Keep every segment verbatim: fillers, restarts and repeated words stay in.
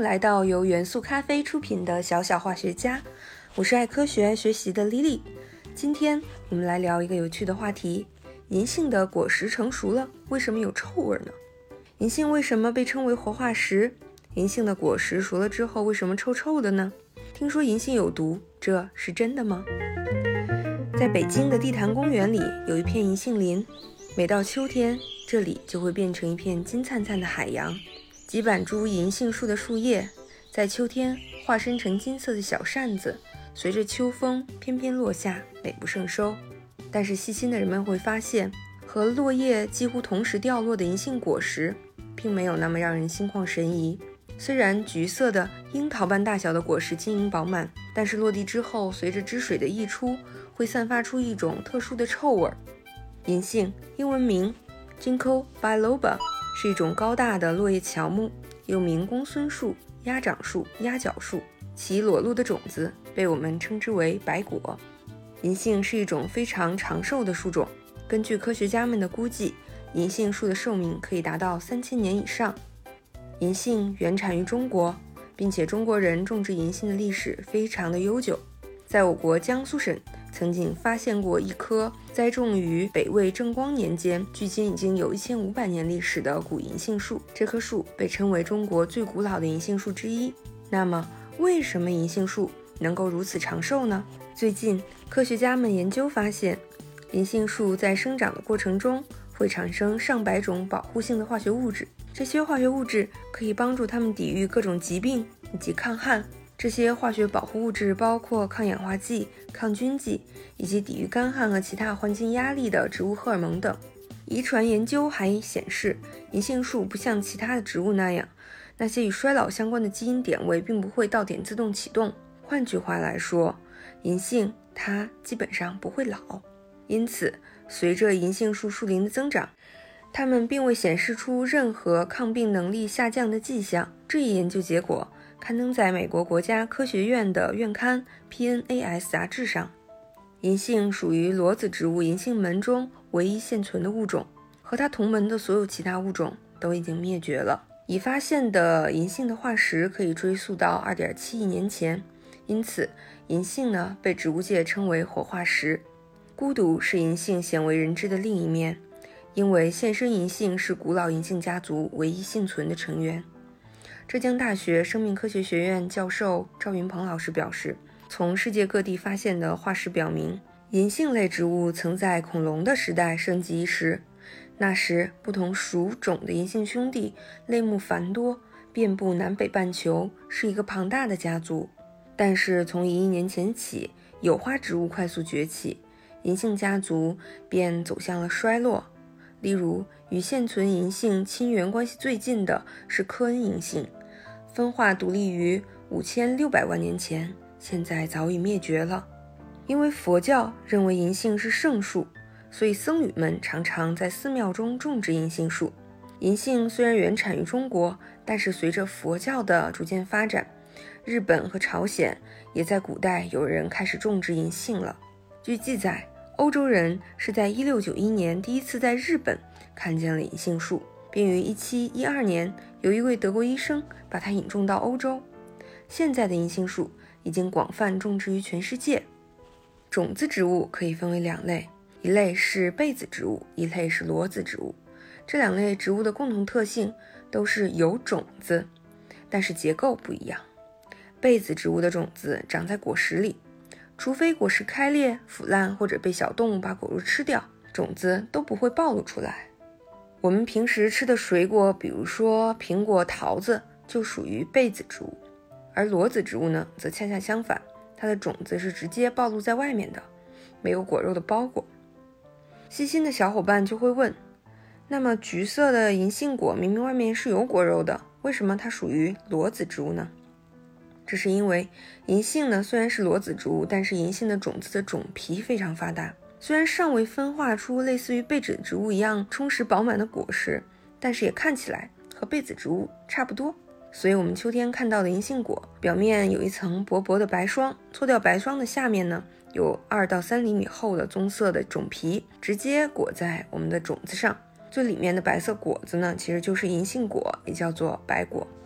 来到由元素咖啡出品的小小化学家，我是爱科学爱学习的 Lily。 今天我们来聊一个有趣的话题，银杏的果实成熟了，为什么有臭味呢？银杏为什么被称为活化石？银杏的果实熟了之后为什么臭臭的呢？听说银杏有毒，这是真的吗？在北京的地坛公园里有一片银杏林，每到秋天这里就会变成一片金灿灿的海洋。几板株银杏树的树叶在秋天化身成金色的小扇子，随着秋风翩翩落下，美不胜收。但是细心的人们会发现，和落叶几乎同时掉落的银杏果实并没有那么让人心旷神怡。虽然橘色的樱桃般大小的果实晶莹饱满，但是落地之后随着汁水的溢出，会散发出一种特殊的臭味。银杏英文名 Ginkgo biloba， 是一种高大的落叶乔木，又名公孙树、鸭掌树、鸭脚树，其裸露的种子被我们称之为白果。银杏是一种非常长寿的树种，根据科学家们的估计，银杏树的寿命可以达到三千年以上。银杏原产于中国，并且中国人种植银杏的历史非常的悠久。在我国江苏省曾经发现过一棵栽种于北魏正光年间，距今已经有一千五百年历史的古银杏树，这棵树被称为中国最古老的银杏树之一。那么为什么银杏树能够如此长寿呢？最近科学家们研究发现，银杏树在生长的过程中会产生上百种保护性的化学物质，这些化学物质可以帮助它们抵御各种疾病以及抗旱。这些化学保护物质包括抗氧化剂、抗菌剂，以及抵御干旱和其他环境压力的植物荷尔蒙等。遗传研究还显示，银杏树不像其他的植物那样，那些与衰老相关的基因点位并不会到点自动启动。换句话来说，银杏它基本上不会老。因此，随着银杏树树龄的增长，它们并未显示出任何抗病能力下降的迹象。这一研究结果刊登在美国国家科学院的院刊 P N A S 杂志上。银杏属于裸子植物银杏门中唯一现存的物种，和它同门的所有其他物种都已经灭绝了。已发现的银杏的化石可以追溯到 二点七亿年前，因此银杏呢被植物界称为活化石。孤独是银杏鲜为人知的另一面，因为现生银杏是古老银杏家族唯一幸存的成员。浙江大学生命科学学院教授赵云鹏老师表示，从世界各地发现的化石表明，银杏类植物曾在恐龙的时代盛极一时。那时不同属种的银杏兄弟类目繁多，遍布南北半球，是一个庞大的家族。但是从一亿年前起，有花植物快速崛起，银杏家族便走向了衰落。例如，与现存银杏亲缘关系最近的是科恩银杏，分化独立于五千六百万年前，现在早已灭绝了。因为佛教认为银杏是圣树，所以僧侣们常常在寺庙中种植银杏树。银杏虽然原产于中国，但是随着佛教的逐渐发展，日本和朝鲜也在古代有人开始种植银杏了。据记载，欧洲人是在一六九一年第一次在日本看见了银杏树，并于一七一二年有一位德国医生把它引种到欧洲。现在的银杏树已经广泛种植于全世界。种子植物可以分为两类，一类是被子植物，一类是裸子植物。这两类植物的共同特性都是有种子，但是结构不一样。被子植物的种子长在果实里，除非果实开裂、腐烂或者被小动物把果肉吃掉，种子都不会暴露出来。我们平时吃的水果，比如说苹果、桃子，就属于被子植物。而裸子植物呢，则恰恰相反，它的种子是直接暴露在外面的，没有果肉的包裹。细心的小伙伴就会问，那么橘色的银杏果明明外面是有果肉的，为什么它属于裸子植物呢？这是因为银杏呢虽然是裸子植物，但是银杏的种子的种皮非常发达，虽然尚未分化出类似于被子植物一样充实饱满的果实，但是也看起来和被子植物差不多。所以我们秋天看到的银杏果表面有一层薄薄的白霜，脱掉白霜的下面呢，有二到三厘米厚的棕色的种皮，直接裹在我们的种子上。最里面的白色果子呢，其实就是银杏果，也叫做白果。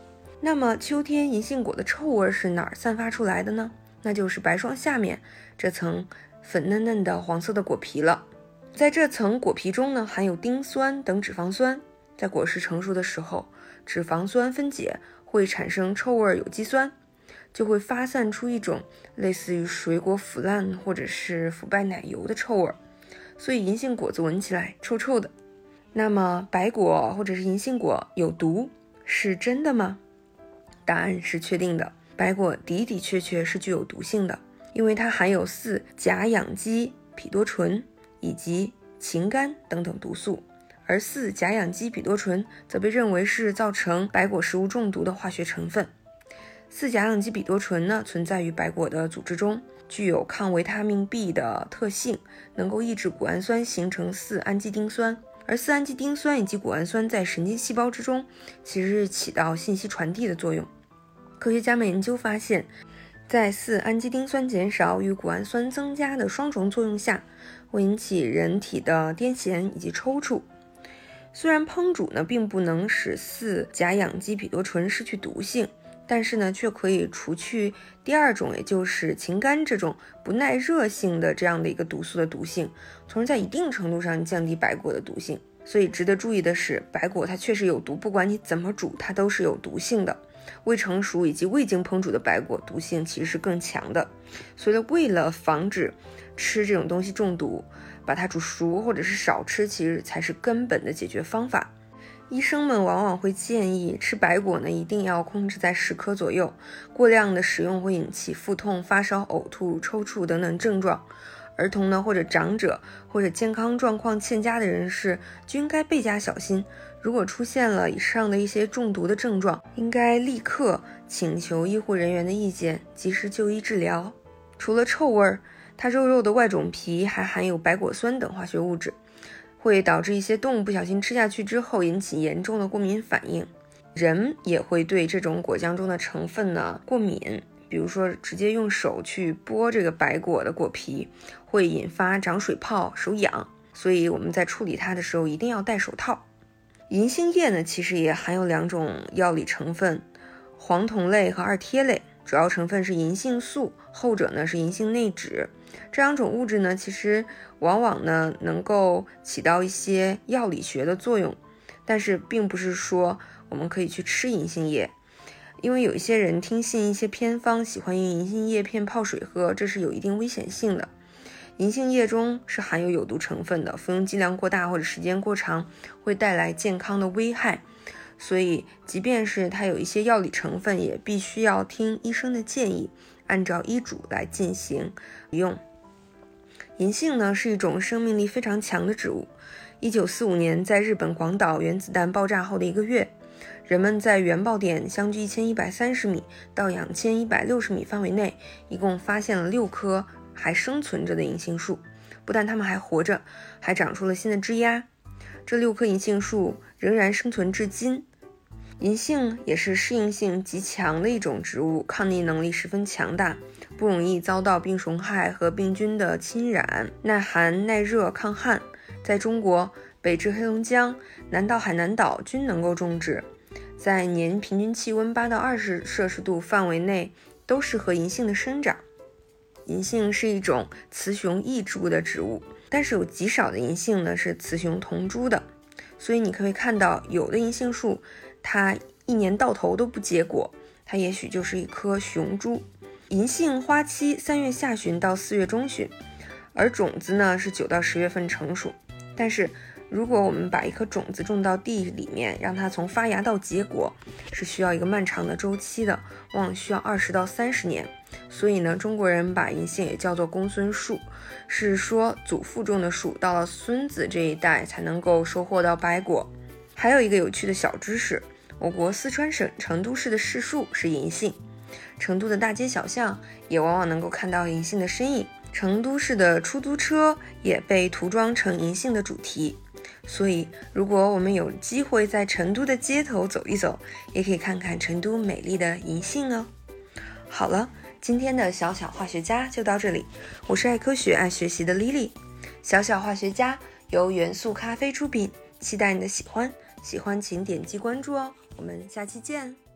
那么秋天银杏果的臭味是哪儿散发出来的呢？那就是白霜下面这层粉嫩嫩的黄色的果皮了。在这层果皮中呢，含有丁酸等脂肪酸，在果实成熟的时候，脂肪酸分解会产生臭味有机酸，就会发散出一种类似于水果腐烂或者是腐败奶油的臭味，所以银杏果子闻起来臭臭的。那么白果或者是银杏果有毒是真的吗？答案是确定的，白果的的确确是具有毒性的，因为它含有四甲氧基吡哚醇以及氰苷等等毒素，而四甲氧基吡哚醇则被认为是造成白果食物中毒的化学成分。四甲氧基吡哚醇呢，存在于白果的组织中，具有抗维他命 B 的特性，能够抑制谷氨酸形成四氨基丁酸，而四氨基丁酸以及谷氨酸在神经细胞之中其实是起到信息传递的作用。科学家们研究发现，在四氨基丁酸减少与谷氨酸增加的双重作用下，会引起人体的癫痫以及抽搐。虽然烹煮呢并不能使四甲氧基吡哚醇失去毒性，但是呢却可以除去第二种，也就是氰苷这种不耐热性的这样的一个毒素的毒性，从而在一定程度上降低白果的毒性。所以值得注意的是，白果它确实有毒，不管你怎么煮它都是有毒性的。未成熟以及未经烹煮的白果毒性其实是更强的，所以为了防止吃这种东西中毒，把它煮熟或者是少吃其实才是根本的解决方法。医生们往往会建议吃白果呢一定要控制在十克左右，过量的食用会引起腹痛、发烧、呕吐、抽搐等等症状。儿童呢或者长者或者健康状况欠佳的人士就应该倍加小心，如果出现了以上的一些中毒的症状，应该立刻请求医护人员的意见，及时就医治疗。除了臭味，它肉肉的外种皮还含有白果酸等化学物质，会导致一些动物不小心吃下去之后引起严重的过敏反应。人也会对这种果酱中的成分呢过敏，比如说直接用手去剥这个白果的果皮，会引发长水泡、手痒，所以我们在处理它的时候一定要戴手套。银杏叶呢其实也含有两种药理成分，黄酮类和二萜类，主要成分是银杏素，后者呢是银杏内酯。这两种物质呢其实往往呢能够起到一些药理学的作用，但是并不是说我们可以去吃银杏叶，因为有一些人听信一些偏方，喜欢用银杏叶片泡水喝，这是有一定危险性的。银杏叶中是含有有毒成分的，服用剂量过大或者时间过长会带来健康的危害，所以即便是它有一些药理成分，也必须要听医生的建议，按照医嘱来进行用。银杏呢是一种生命力非常强的植物。一九四五年，在日本广岛原子弹爆炸后的一个月，人们在原爆点相距一千一百三十米到两千一百六十米范围内，一共发现了六棵还生存着的银杏树，不但它们还活着，还长出了新的枝丫。这六棵银杏树仍然生存至今。银杏也是适应性极强的一种植物，抗逆能力十分强大，不容易遭到病虫害和病菌的侵染，耐寒耐热抗旱。在中国北至黑龙江，南到海南岛均能够种植，在年平均气温八到二十摄氏度范围内都适合银杏的生长。银杏是一种雌雄异株的植物，但是有极少的银杏呢是雌雄同株的，所以你可以看到有的银杏树它一年到头都不结果，它也许就是一颗雄株。银杏花期三月下旬到四月中旬，而种子呢是九到十月份成熟。但是如果我们把一颗种子种到地里面，让它从发芽到结果，是需要一个漫长的周期的，往往需要二十到三十年。所以呢，中国人把银杏也叫做公孙树，是说祖父种的树，到了孙子这一代才能够收获到白果。还有一个有趣的小知识，我国四川省成都市的市树是银杏，成都的大街小巷也往往能够看到银杏的身影，成都市的出租车也被涂装成银杏的主题。所以如果我们有机会在成都的街头走一走，也可以看看成都美丽的银杏哦。好了，今天的小小化学家就到这里，我是爱科学爱学习的 Lily。 小小化学家由元素咖啡出品，期待你的喜欢，喜欢请点击关注哦，我们下期见。